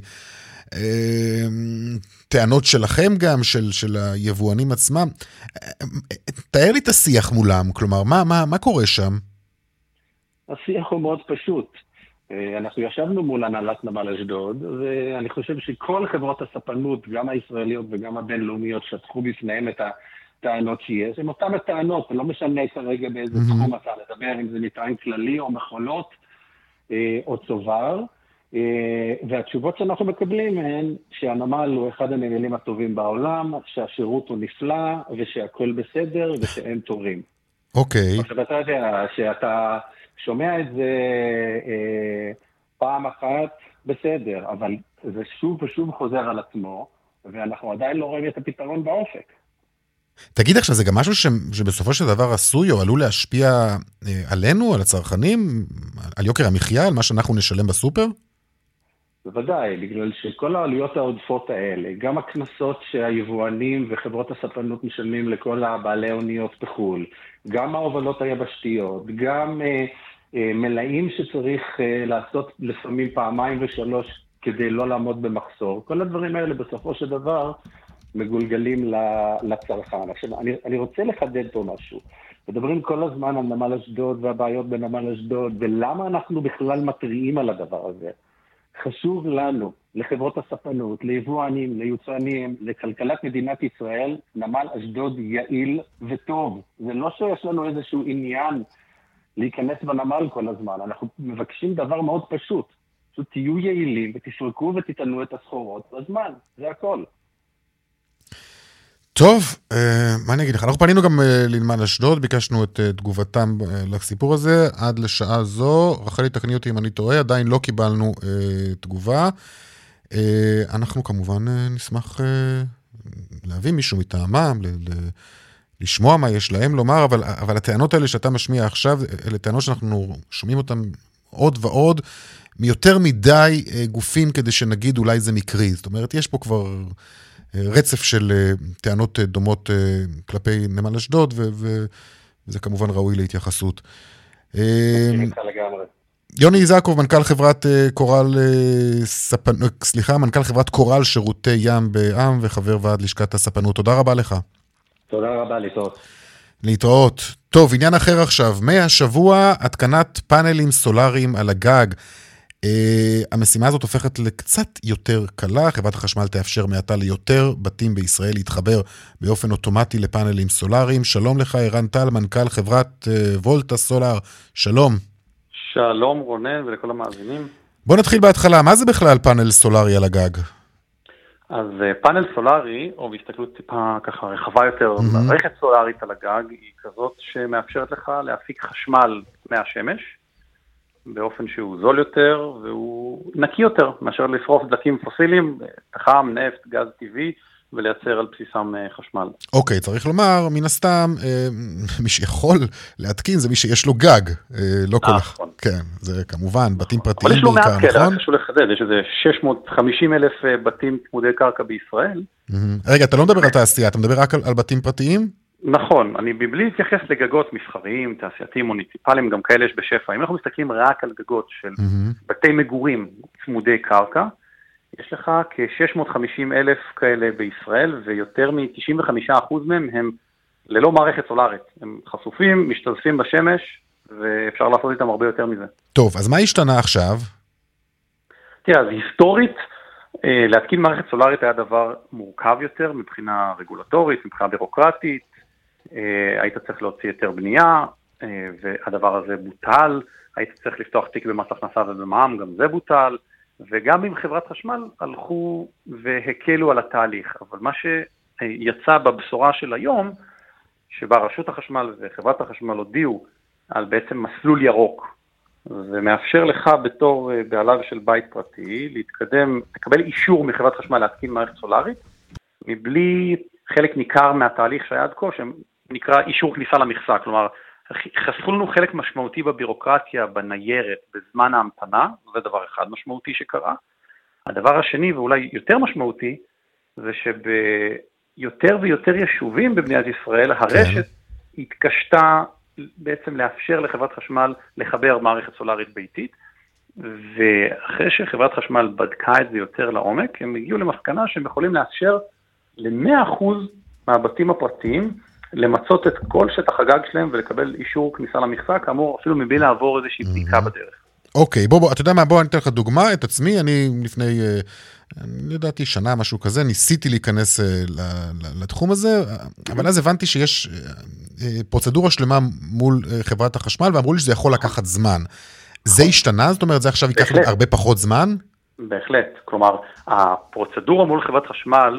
טענות שלכם גם, של, של היבואנים עצמם. תאר לי את השיח מולם, כלומר, מה, מה, מה קורה שם? השיח הוא מאוד פשוט. אנחנו ישבנו מול הנהלת נמל אשדוד, ואני חושב שכל חברות הספנות, גם הישראליות וגם הבינלאומיות, שטחו בפניהם את הטענות שיש. הם אותם הטענות, לא משנה כרגע באיזה תחום אתה לדבר, אם זה מטען כללי או מחולות או צובר. והתשובות שאנחנו מקבלים הן שהנמל הוא אחד הנמלים הטובים בעולם, שהשירות הוא נפלא ושהכל בסדר ושאין תורים. אוקיי. עכשיו אתה יודע שאתה שומע את זה אה, פעם אחת בסדר, אבל זה שוב ושוב חוזר על עצמו, ואנחנו עדיין לא רואים את הפתרון באופק. תגיד עכשיו, זה גם משהו ש, שבסופו של דבר עשוי או עלול להשפיע אה, עלינו, על הצרכנים, על יוקר המחיה, על מה שאנחנו נשלם בסופר? בוודאי, בגלל שכל העלויות העודפות האלה, גם הכנסות שהיבואנים וחברות הספנות משלמים לכל הבעלי אוניות בחול, גם ההובלות היבשתיות, גם אה, אה, מלאים שצריך אה, לעשות לפעמים פעמיים ושלוש כדי לא לעמוד במחסור, כל הדברים האלה בסופו של דבר מגולגלים לצרכן. עכשיו, אני, אני רוצה לחדד פה משהו. מדברים כל הזמן על נמל אשדוד והבעיות בנמל אשדוד, ולמה אנחנו בכלל מטריעים על הדבר הזה? חשוב לנו, לחברות הספנות, ליבואנים, ליצואנים, לכלכלת מדינת ישראל, נמל אשדוד יעיל וטוב. זה לא שיש לנו איזשהו עניין להיכנס בנמל כל הזמן. אנחנו מבקשים דבר מאוד פשוט. פשוט תהיו יעילים ותשרקו ותתענו את הסחורות בזמן. זה הכל. טוב, מה אני אגיד לך? אנחנו פנינו גם לנמל אשדוד, ביקשנו את תגובתם לסיפור הזה, עד לשעה זו, רחלי תקני אותי אם אני טועה, עדיין לא קיבלנו תגובה. אנחנו כמובן נשמח להביא מישהו מטעמם, לשמוע מה יש להם לומר, אבל, אבל הטענות האלה שאתה משמיע עכשיו, אלה טענות שאנחנו שומעים אותן עוד ועוד, מיותר מדי גופים כדי שנגיד אולי זה מקרי. זאת אומרת, יש פה כבר... רצף של טענות דומות כלפי נמל אשדוד, וזה כמובן ראוי להתייחסות. יוני איזקוב, מנכ"ל חברת קורל, סליחה, מנכ"ל חברת קורל שירותי ים בע"מ, וחבר ועד לשכת הספנות. תודה רבה לך. תודה רבה, להתראות. להתראות. טוב, עניין אחר עכשיו. מהשבוע, התקנת פאנלים סולאריים על הגג. Uh, המשימה הזאת הופכת לקצת יותר קלה, חברת החשמל תאפשר מעתה ליותר בתים בישראל להתחבר באופן אוטומטי לפאנלים סולאריים. שלום לך, ערן טל, מנכ"ל חברת uh, וולטה סולאר, שלום. שלום רונן ולכל המאזינים. בוא נתחיל בהתחלה, מה זה בכלל פאנל סולארי על הגג? אז uh, פאנל סולארי, או בהסתכלות טיפה ככה רחבה יותר, mm-hmm. מערכת סולארית על הגג היא כזאת שמאפשרת לך להפיק חשמל מהשמש, באופן שהוא זול יותר, והוא נקי יותר, מאשר לשרוף דלקים פוסיליים, פחם, נפט, גז טבעי, ולייצר על בסיסם חשמל. אוקיי, צריך לומר, מן הסתם, מי שיכול להתקין זה מי שיש לו גג, לא כל אחד. כן, זה כמובן בתים פרטיים בעיקר, נכון? אבל יש לו מעט כאלה, חשוב לחדד, יש איזה שש מאות וחמישים אלף בתים צמודי קרקע בישראל. רגע, אתה לא מדבר על תעשייה, אתה מדבר רק על בתים פרטיים? נכון, אני בלי להתייחס לגגות מסחריים, תעשייתיים, מוניציפליים, גם כאלה יש בשפע. אם אנחנו מסתכלים רק על גגות של בתי מגורים צמודי קרקע, יש לך כ-שש מאות וחמישים אלף כאלה בישראל, ויותר מ-תשעים וחמישה אחוז מהם הם ללא מערכת סולארית. הם חשופים, משתזפים בשמש, ואפשר לעשות איתם הרבה יותר מזה. טוב, אז מה השתנה עכשיו? תראה, אז היסטורית, להתקין מערכת סולארית היה דבר מורכב יותר, מבחינה רגולטורית, מבחינה בירוקרטית, היית צריך להוציא יותר בנייה, והדבר הזה בוטל, היית צריך לפתוח תיק במס הכנסה ובמע"מ, גם זה בוטל, וגם עם חברת חשמל הלכו והקלו על התהליך. אבל מה שיצא בבשורה של היום, שבה רשות החשמל וחברת החשמל הודיעו על בעצם מסלול ירוק, ומאפשר לך בתור בעליו של בית פרטי להתקדם, לקבל אישור מחברת חשמל להתקין מערכת סולארית, מבלי חלק ניכר מהתהליך שהיה עד כה, שנקרא אישור כניסה למכסה. כלומר, חסכו לנו חלק משמעותי בבירוקרטיה, בניירת, בזמן ההמתנה, זה דבר אחד משמעותי שקרה. הדבר השני, ואולי יותר משמעותי, זה שביותר ויותר יישובים במדינת ישראל, הרשת התקשתה בעצם לאפשר לחברת חשמל לחבר מערכת סולארית ביתית, ואחרי שחברת חשמל בדקה את זה יותר לעומק, הם הגיעו למסקנה שהם יכולים לאפשר ל-מאה אחוז מהבתים הפרטיים, למצות את כל שטח הגג שלהם ולקבל אישור כניסה למכסה, כאמור אפילו מבלי לעבור איזושהי בדיקה בדרך. אוקיי, בוא, בוא, אתה יודע מה, בוא אני אתן לך דוגמה, את עצמי, אני לפני, אני ידעתי שנה, משהו כזה, ניסיתי להיכנס לתחום הזה, אבל אז הבנתי שיש פרוצדורה שלמה מול חברת החשמל, ואמרו לי שזה יכול לקחת זמן. זה השתנה? זאת אומרת, זה עכשיו ייקח הרבה פחות זמן? בהחלט, כלומר, הפרוצדורה מול חברת חשמל,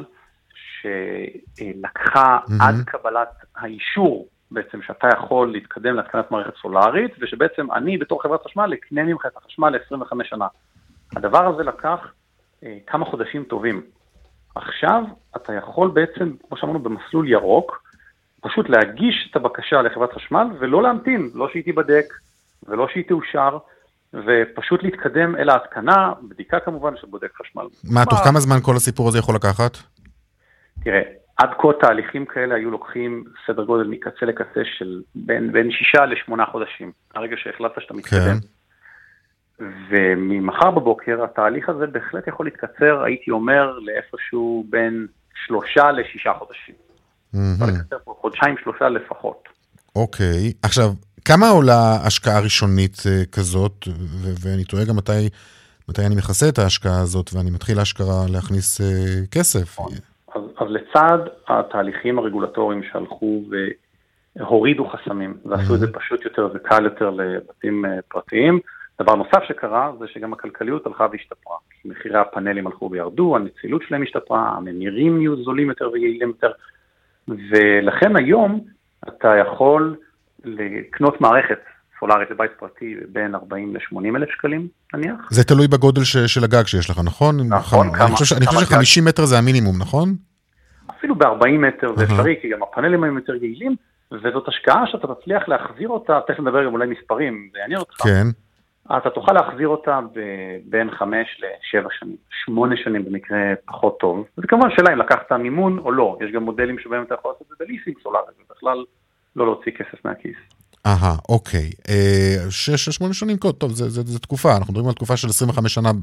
שלקחה עד קבלת האישור, בעצם שאתה יכול להתקדם להתקנת מערכת סולארית, ושבעצם אני בתור חברת חשמל אקנה ממך את החשמל ל-עשרים וחמש שנה. הדבר הזה לקח אה, כמה חודשים טובים. עכשיו אתה יכול בעצם, כמו שאמרנו, במסלול ירוק, פשוט להגיש את הבקשה לחברת חשמל, ולא להמתין, לא שהיא תיבדק, ולא שהיא תאושר, ופשוט להתקדם אל ההתקנה, בדיקה כמובן של בודק חשמל. מה, תוך כמה זמן כל הסיפור הזה יכול לקחת? תראה, עד כה תהליכים כאלה היו לוקחים סדר גודל מקצה לקצה של בין, בין שישה לשמונה חודשים, הרגע שהחלטת שאתה מתקדם. כן. וממחר בבוקר התהליך הזה בהחלט יכול להתקצר, הייתי אומר, לאיפשהו בין שלושה לשישה חודשים. יכול לקצר פה חודשיים שלושה לפחות. אוקיי, עכשיו, כמה עולה השקעה ראשונית כזאת, ו- ואני טועה גם מתי, מתי אני מכסה את ההשקעה הזאת, ואני מתחיל להשקעה להכניס כסף. אז, אז לצד התהליכים הרגולטוריים שהלכו והורידו חסמים, ועשו את זה פשוט יותר וקל יותר לבתים פרטיים, דבר נוסף שקרה זה שגם הכלכליות הלכה והשתפרה. מחירי הפאנלים הלכו וירדו, הנצילות שלהם השתפרה, הממירים יהיו זולים יותר ויעילים יותר, ולכן היום אתה יכול לקנות מערכת סולארית לבית פרטי בין ארבעים לשמונים אלף שקלים, נניח. זה תלוי בגודל ש, של הגג שיש לך, נכון? נכון. אני חושב, אני חושב ש-חמישים מטר זה המינימום, נכון? אפילו ב-ארבעים מטר זה אפשרי, כי גם הפאנלים הם יותר יעילים, וזאת השקעה שאתה תצליח להחזיר אותה, תכף נדבר גם אולי מספרים, זה יעניין אותך. כן. אתה תוכל להחזיר אותה בין חמש לשבע שנים, שמונה שנים במקרה פחות טוב. וזה כמובן שאלה אם לקחת מימון או לא. יש גם מודלים שבהם אתה יכול לעשות את זה בליסינג סולארי, ובכלל לא להוציא כסף מהכיס. אהה, אוקיי. שש, שמונה שנים, טוב, זו תקופה. אנחנו מדברים על תקופה של עשרים וחמש שנה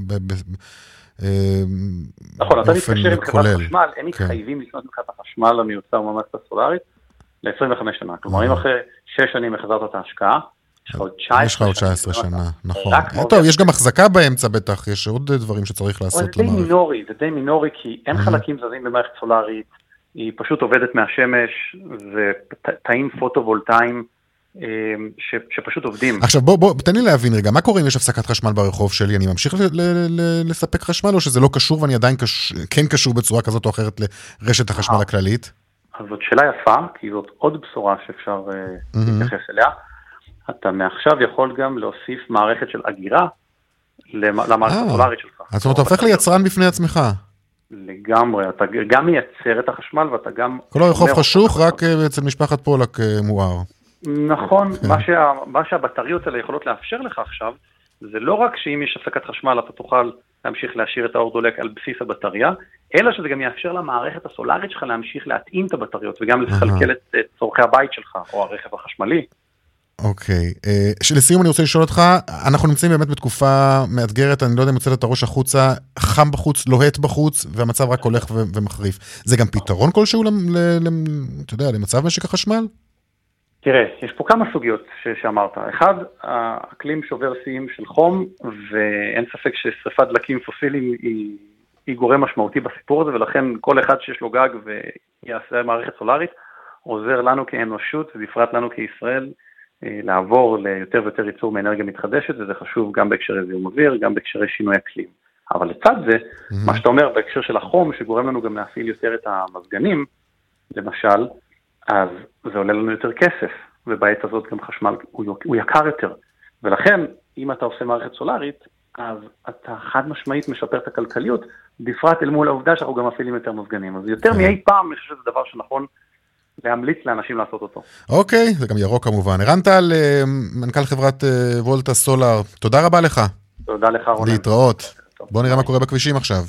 נכון, אתה מתקשר עם חברת חשמל, הם מתחייבים לקנות ממך את החשמל המיוצר במערכת הסולארית ל-עשרים וחמש שנה. כלומר, אם אחרי שש שנים החזרת את ההשקעה, יש לך עוד תשע עשרה שנה, נכון. טוב, יש גם החזקה באמצע בטח, יש עוד דברים שצריך לעשות. זה די מינורי, זה די מינורי, כי אין חלקים זזים במערכת סולארית, היא פשוט עובדת מהשמש, זה תאים פוטו-וולטאיים שפשוט עובדים. עכשיו בוא, בוא, תן לי להבין רגע, מה קורה אם יש הפסקת חשמל ברחוב שלי? אני ממשיך לספק חשמל, או שזה לא קשור ואני עדיין כן קשור בצורה כזאת או אחרת לרשת החשמל הכללית? אז זאת שאלה יפה, כי זאת עוד בשורה שאפשר להתייחס אליה. אתה מעכשיו יכול גם להוסיף מערכת של אגירה למערכת הסולארית שלך. זאת אומרת, אתה הופך ליצרן בפני עצמך. לגמרי, אתה גם מייצר את החשמל ואתה גם... כל הרחוב חשוך, רק אצל משפחת פולק מואר. נכון, מה, שה, מה שהבטריות האלה יכולות לאפשר לך עכשיו, זה לא רק שאם יש הפסקת חשמל אתה תוכל להמשיך להשאיר את האור דולק על בסיס הבטריה, אלא שזה גם יאפשר למערכת הסולארית שלך להמשיך להתאים את הבטריות, וגם לכלכל את צורכי הבית שלך, או הרכב החשמלי. אוקיי, לסיום אני רוצה לשאול אותך, אנחנו נמצאים באמת בתקופה מאתגרת, אני לא יודע אם יוצאת את הראש החוצה, חם בחוץ, לוהט בחוץ, והמצב רק הולך ומחריף. זה גם פתרון כלשהו, אתה יודע, למצב משק החשמל? תראה, יש פה כמה סוגיות שאמרת. אחד, האקלים שובר שיאים של חום, ואין ספק ששריפת דלקים פוסיליים היא, היא גורם משמעותי בסיפור הזה, ולכן כל אחד שיש לו גג ויעשה מערכת סולארית, עוזר לנו כאנושות, ובפרט לנו כישראל, לעבור ליותר ויותר ייצור מאנרגיה מתחדשת, וזה חשוב גם בהקשרי זיהום אוויר, גם בהקשרי שינוי אקלים. אבל לצד זה, mm-hmm. מה שאתה אומר בהקשר של החום, שגורם לנו גם להפעיל יותר את המזגנים, למשל, אז זה עולה לנו יותר כסף, ובעת הזאת גם חשמל הוא, הוא יקר יותר. ולכן, אם אתה עושה מערכת סולארית, אז אתה חד משמעית משפר את הכלכליות, בפרט אל מול העובדה שאנחנו גם מפעילים יותר מזגנים. אז יותר מאי פעם, אני חושב שזה דבר שנכון להמליץ לאנשים לעשות אותו. אוקיי, זה גם ירוק כמובן. הרנת על מנכ"ל חברת וולטה סולאר, תודה רבה לך. תודה לך, רונן. להתראות. בוא נראה מה קורה בכבישים עכשיו.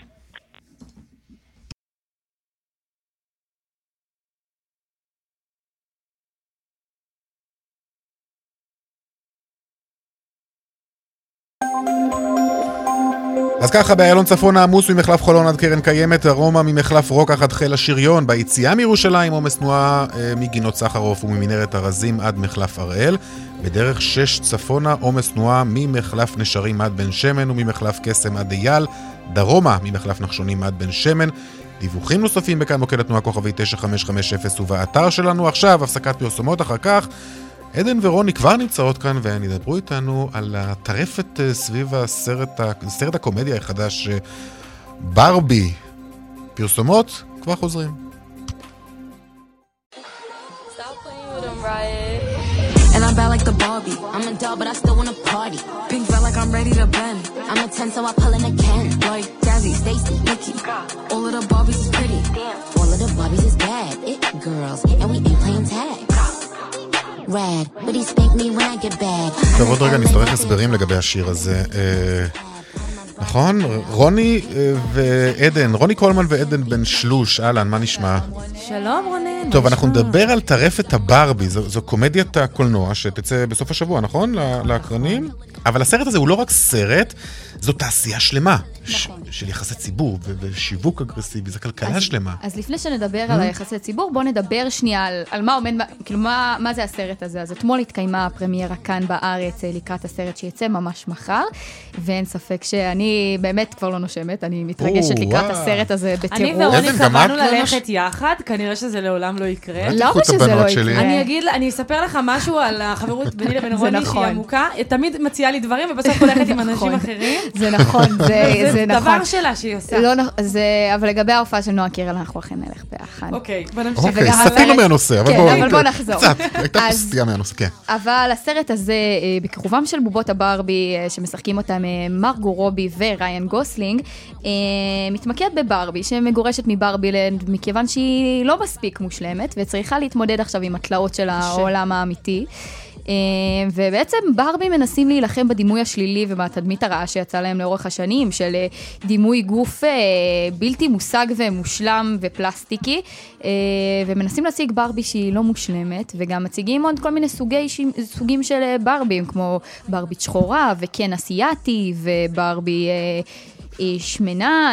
אז ככה, באיילון צפון העמוס ממחלף חולון עד קרן קיימת, דרומה ממחלף רוקח עד חיל השריון, ביציאה מירושלים עומס תנועה אה, מגינות סחרוף וממנהרת ארזים עד מחלף הראל, בדרך שש צפונה עומס תנועה ממחלף נשרים עד בן שמן וממחלף קסם עד אייל, דרומה ממחלף נחשונים עד בן שמן. דיווחים נוספים בכאן מוקד התנועה כוכבי תשע חמש חמש אפס ובאתר שלנו. עכשיו הפסקת פרסומות, אחר כך עדן ורוני כבר נמצאות כאן והן ידברו איתנו על הטרפת סביב הסרט, הסרט הקומדיה החדש ברבי. פרסומות, כבר חוזרים. And I'm bad like the Barbie. I'm a doll, but I still wanna party. Pink felt like I'm ready to bend. I'm a ten, so I pull in a Ken. Like Jazzy, Stacy, Nikki. All of the Barbies is pretty. All of the Barbies is bad. It girls, and we ain't playing tag. Rad, but he spank me when I get bad. טוב, עוד רגע נצטרך הסברים לגבי השיר הזה. נכון? רוני ועדן, רוני קולמן ועדן בן שלוש, אהלן, מה נשמע? שלום רונן. טוב, אנחנו נדבר על טרפת הברבי, זו, זו קומדיית הקולנוע שתצא בסוף השבוע, נכון? לאקרנים? אבל הסרט הזה הוא לא רק סרט, זו תעשייה שלמה, ש- של יחסי ציבור ו- ושיווק אגרסיבי, זו כלכלה אז, שלמה. אז לפני שנדבר על היחסי ציבור, בוא נדבר שנייה על, על מה עומד, כאילו מה, מה זה הסרט הזה. אז אתמול התקיימה הפרמיירה כאן בארץ לקראת הסרט שיצא ממש מחר, ואין ספק שאני באמת כבר לא נושמת, אני מתרגשת לקראת הסרט הזה בטירוף. אני ורוני קבענו ללכת יחד, כנראה שזה לעולם לא יקרה. למה שזה לא יקרה? אני אגיד, אני אספר לך משהו על החברות ביני לבין רוני שהיא עמוקה, תמיד מציעה לי דברים ובסוף הולכת עם אנשים אחרים. זה נכון, זה נכון. דבר שלה שהיא עושה. אבל לגבי ההופעה של נועה קירל, אנחנו אכן נלך ביחד. אוקיי, בוא נמשיך. אוקיי, סטינו מהנושא, אבל בוא נחזור. קצת, הייתה פה סטייה מהנושא, כן. אבל הסרט הזה, בכיכובם של בובות הברבי, שמשחקים אותם מרגו רובי וריין גוסלינג, מתמקד בברבי, שמגורשת מברבילנד, מכיוון שהיא לא מספיק מושלמת, וצריכה להתמודד עכשיו עם התלאות של העולם האמיתי. ובעצם ברבי מנסים להילחם בדימוי השלילי ובתדמית הרעה שיצא להם לאורך השנים, של דימוי גוף בלתי מושג ומושלם ופלסטיקי, ומנסים להשיג ברבי שהיא לא מושלמת, וגם מציגים עוד כל מיני סוגי, סוגים של ברבים, כמו ברבית שחורה וכן אסיאתי, וברבי שמנה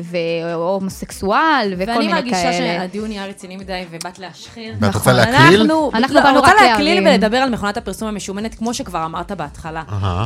והומוסקסואל וכל מיני כאלה. ואני מרגישה שהדיון יהיה רציני מדי ובאת להשחיר. ואת רוצה להקליל? אנחנו באנו רוצה להקליל ולדבר על מכונת הפרסום המשומנת, כמו שכבר אמרת בהתחלה.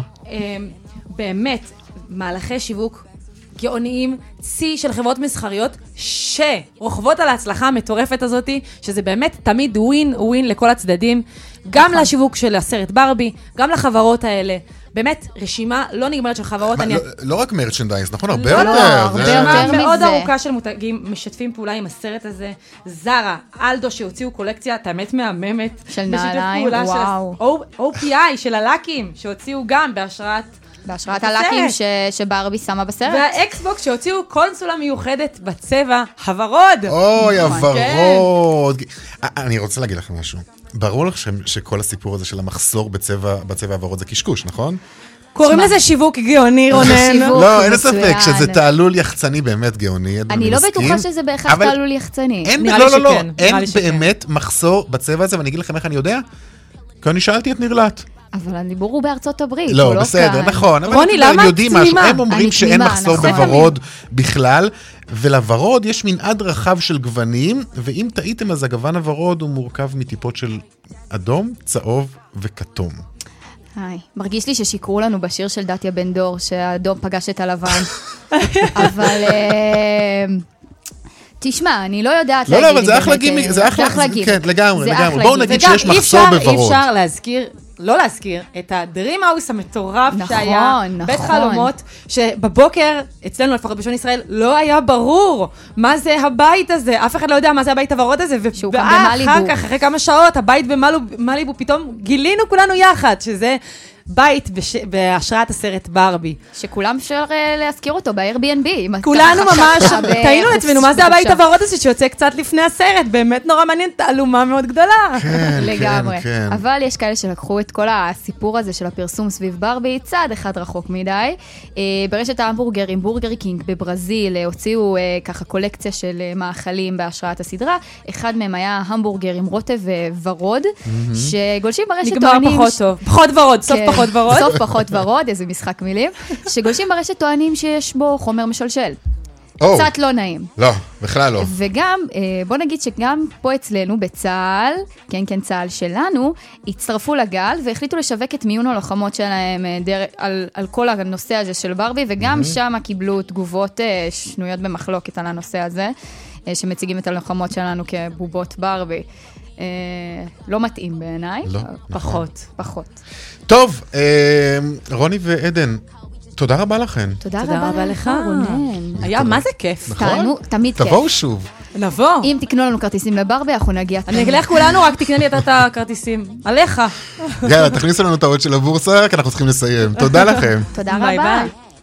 באמת, מהלכי שיווק גאוניים, צי של חברות מסחריות שרוכבות על ההצלחה המטורפת הזאת, שזה באמת תמיד ווין ווין לכל הצדדים, גם לשיווק של הסרט ברבי, גם לחברות האלה. באמת, רשימה לא נגמרת של חברות. לא רק מרצ'נדייז, נכון? הרבה יותר. רשימה מאוד ארוכה של מותגים משתפים פעולה עם הסרט הזה. זרה, אלדו שהוציאו קולקציה, תאמת מהממת. של נעליים, וואו. או פי איי של הלקים, שהוציאו גם בהשראת בהשראת הלקים ש... שברבי שמה בסרט. והאקסבוקס שהוציאו קונסולה מיוחדת בצבע הוורוד. אוי, הוורוד. אני רוצה להגיד לכם משהו. ברור לך שכל הסיפור הזה של המחסור בצבע, בצבע הוורוד זה קשקוש, נכון? קוראים לזה שיווק גאוני, רונן. לא, אין ספק שזה תעלול יחצני באמת גאוני. אני לא בטוחה שזה בהכרח תעלול יחצני. לא, לא, לא. אין באמת מחסור בצבע הזה, ואני אגיד לכם איך אני יודע? כי אני שאלתי את נרלט. אבל הדיבור הוא בארצות הברית, לא, בסדר, נכון. רוני, למה תמימה? הם אומרים שאין מחסור בוורוד בכלל, ולוורוד יש מנעד רחב של גוונים, ואם טעיתם אז הגוון הוורוד הוא מורכב מטיפות של אדום, צהוב וכתום. היי, מרגיש לי ששיקרו לנו בשיר של דתיה בן דור, שהאדום פגש את הלבן. אבל... תשמע, אני לא יודעת להגיד... לא, לא, אבל זה אחלה גימי, זה אחלה גימי. כן, לגמרי, לגמרי. בואו נגיד שיש מחסור בוורוד. אי אפשר להזכיר, לא להזכיר, את הדרים האוס המטורף שהיה בית חלומות, שבבוקר, אצלנו לפחות בשעון ישראל, לא היה ברור מה זה הבית הזה. אף אחד לא יודע מה זה הבית הוורוד הזה. ואחר כך, אחרי כמה שעות, הבית במליבו, פתאום גילינו כולנו יחד, שזה... בית בש... בהשראת הסרט ברבי. שכולם אפשר להזכיר אותו ב-Airbnb. כולנו ממש, טעינו לעצמנו, מה זה הבית הוורוד הזה שיוצא קצת לפני הסרט? באמת נורא מעניין, תעלומה מאוד גדולה. כן, לגמרי. כן, כן. אבל יש כאלה שלקחו את כל הסיפור הזה של הפרסום סביב ברבי, צעד אחד רחוק מדי. ברשת ההמבורגרים, בורגר קינג בברזיל, הוציאו ככה קולקציה של מאכלים בהשראת הסדרה. אחד מהם היה המבורגר עם רוטב ורוד, שגולשים ברשת טוענים... נגמר פחות טוב. פחות ורוד, סוף פחות. פחות ורוד. סוף פחות ורוד, איזה משחק מילים, שגולשים ברשת טוענים שיש בו חומר משלשל. קצת לא נעים. לא, בכלל לא. וגם, בוא נגיד שגם פה אצלנו בצהל, כן כן צהל שלנו, הצטרפו לגל והחליטו לשווק את מיון הלוחמות שלהם על, על כל הנושא הזה של ברבי, וגם שם קיבלו תגובות שנויות במחלוקת על הנושא הזה, שמציגים את הלוחמות שלנו כבובות ברבי. לא מתאים בעיניי. לא, פחות, פחות. טוב, רוני ועדן, תודה רבה לכן. תודה רבה לך, רונן. היה, מה זה כיף. תענו, תמיד כיף. תבואו שוב. נבוא. אם תקנו לנו כרטיסים לברבי, אנחנו נגיע. אני אגלח כולנו, רק תקנה לי את הכרטיסים. עליך. יאללה, תכניסו לנו את העוד של הבורסה, כי אנחנו צריכים לסיים. תודה לכם. תודה רבה.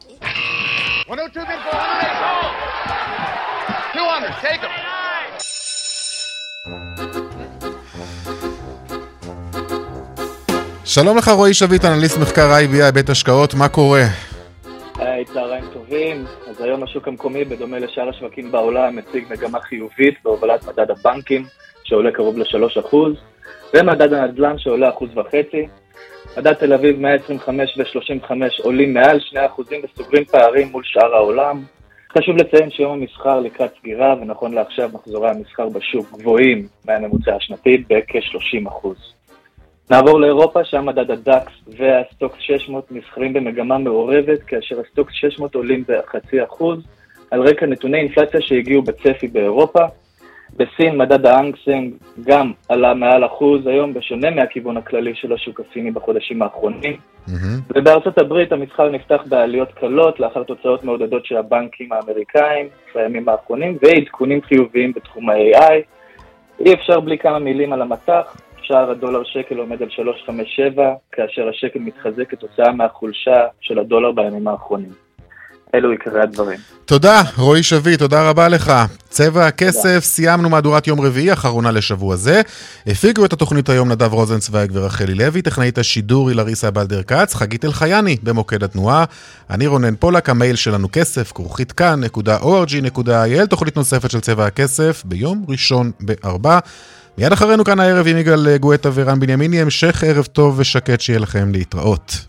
שלום לך רועי שביט, אנליסט מחקר איי בי איי בית השקעות, מה קורה? היי, צהריים טובים. אז היום השוק המקומי, בדומה לשאר השווקים בעולם, מציג מגמה חיובית בהובלת מדד הבנקים, שעולה קרוב ל-שלושה אחוז, ומדד הנדל"ן שעולה אחוז וחצי. מדד תל אביב מאה עשרים וחמש ו-שלושים וחמש עולים מעל שני אחוזים וסוגרים פערים מול שאר העולם. חשוב לציין שיום המסחר לקראת סגירה, ונכון לעכשיו מחזורי המסחר בשוק גבוהים מהממוצע השנתי בכ-שלושים אחוז. נעבור לאירופה, שם מדד הדקס והסטוקס שש מאות נסחרים במגמה מעורבת, כאשר הסטוקס שש מאות עולים בחצי אחוז, על רקע נתוני אינפלציה שהגיעו בצפי באירופה. בסין מדד האנגסנג גם עלה מעל אחוז היום, בשונה מהכיוון הכללי של השוק הסיני בחודשים האחרונים. Mm-hmm. ובארצות הברית המסחר נפתח בעליות קלות, לאחר תוצאות מעודדות של הבנקים האמריקאים בימים האחרונים, ועדכונים חיוביים בתחום ה-איי איי. אי אפשר בלי כמה מילים על המסך. שער הדולר שקל עומד על שלוש נקודה חמש שבע, כאשר השקל מתחזק כתוצאה מהחולשה של הדולר בימים האחרונים. אלו עיקרי הדברים. תודה, רועי שביט, תודה רבה לך. צבע הכסף, סיימנו מהדורת יום רביעי, אחרונה לשבוע זה. הפיגו את התוכנית היום נדב רוזנצוויג ורחלי לוי, טכנאית השידור היא לריסה בלדר קץ, חגית אלחייני במוקד התנועה. אני רונן פולק, המייל שלנו כסף, כרוכית כאן נקודה או אר ג'י נקודה איי אל, תוכנית נוספת של צבע הכסף, ביום ראשון בארבע. מיד אחרינו כאן הערב עם יגאל גואטה ורן בנימיני, המשך ערב טוב ושקט שיהיה לכם להתראות.